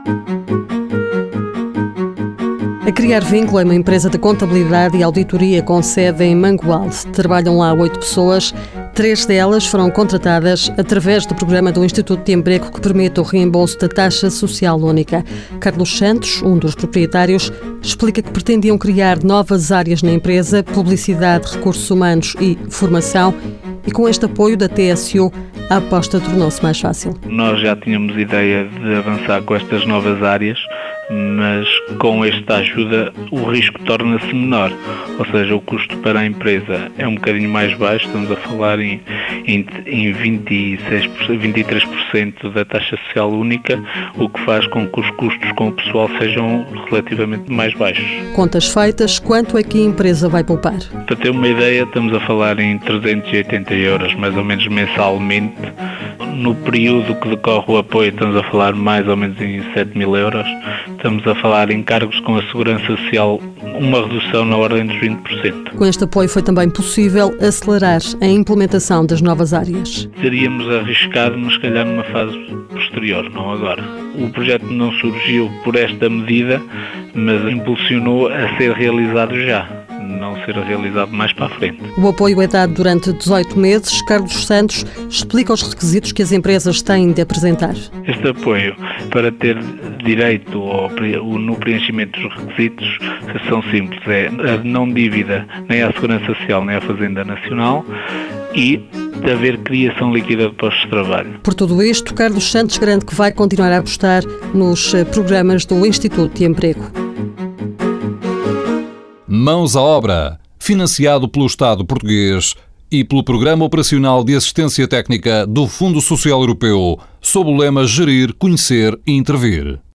A Criar Vínculo é uma empresa de contabilidade e auditoria com sede em Mangualde. Trabalham lá 8 pessoas. 3 delas foram contratadas através do programa do Instituto de Emprego que permite o reembolso da taxa social única. Carlos Santos, um dos proprietários, explica que pretendiam criar novas áreas na empresa, publicidade, recursos humanos e formação, e com este apoio da TSU, a aposta tornou-se mais fácil. Nós já tínhamos ideia de avançar com estas novas áreas, mas com esta ajuda o risco torna-se menor, ou seja, o custo para a empresa é um bocadinho mais baixo, estamos a falar em 23% da taxa social única, o que faz com que os custos com o pessoal sejam relativamente mais baixos. Contas feitas, quanto é que a empresa vai poupar? Para ter uma ideia, estamos a falar em 380 euros, mais ou menos mensalmente. No período que decorre o apoio, estamos a falar mais ou menos em 7.000 euros. Estamos a falar em cargos com a Segurança Social, uma redução na ordem dos 20%. Com este apoio foi também possível acelerar a implementação das novas áreas. Teríamos arriscado, mas se calhar numa fase posterior, não agora. O projeto não surgiu por esta medida, mas impulsionou a ser realizado já, não ser realizado mais para a frente. O apoio é dado durante 18 meses. Carlos Santos explica os requisitos que as empresas têm de apresentar. Este apoio, para ter direito no preenchimento dos requisitos, são simples. É a não dívida nem à Segurança Social nem à Fazenda Nacional e de haver criação líquida de postos de trabalho. Por tudo isto, Carlos Santos garante que vai continuar a apostar nos programas do Instituto de Emprego. Mãos à obra, financiado pelo Estado português e pelo Programa Operacional de Assistência Técnica do Fundo Social Europeu, sob o lema Gerir, Conhecer e Intervir.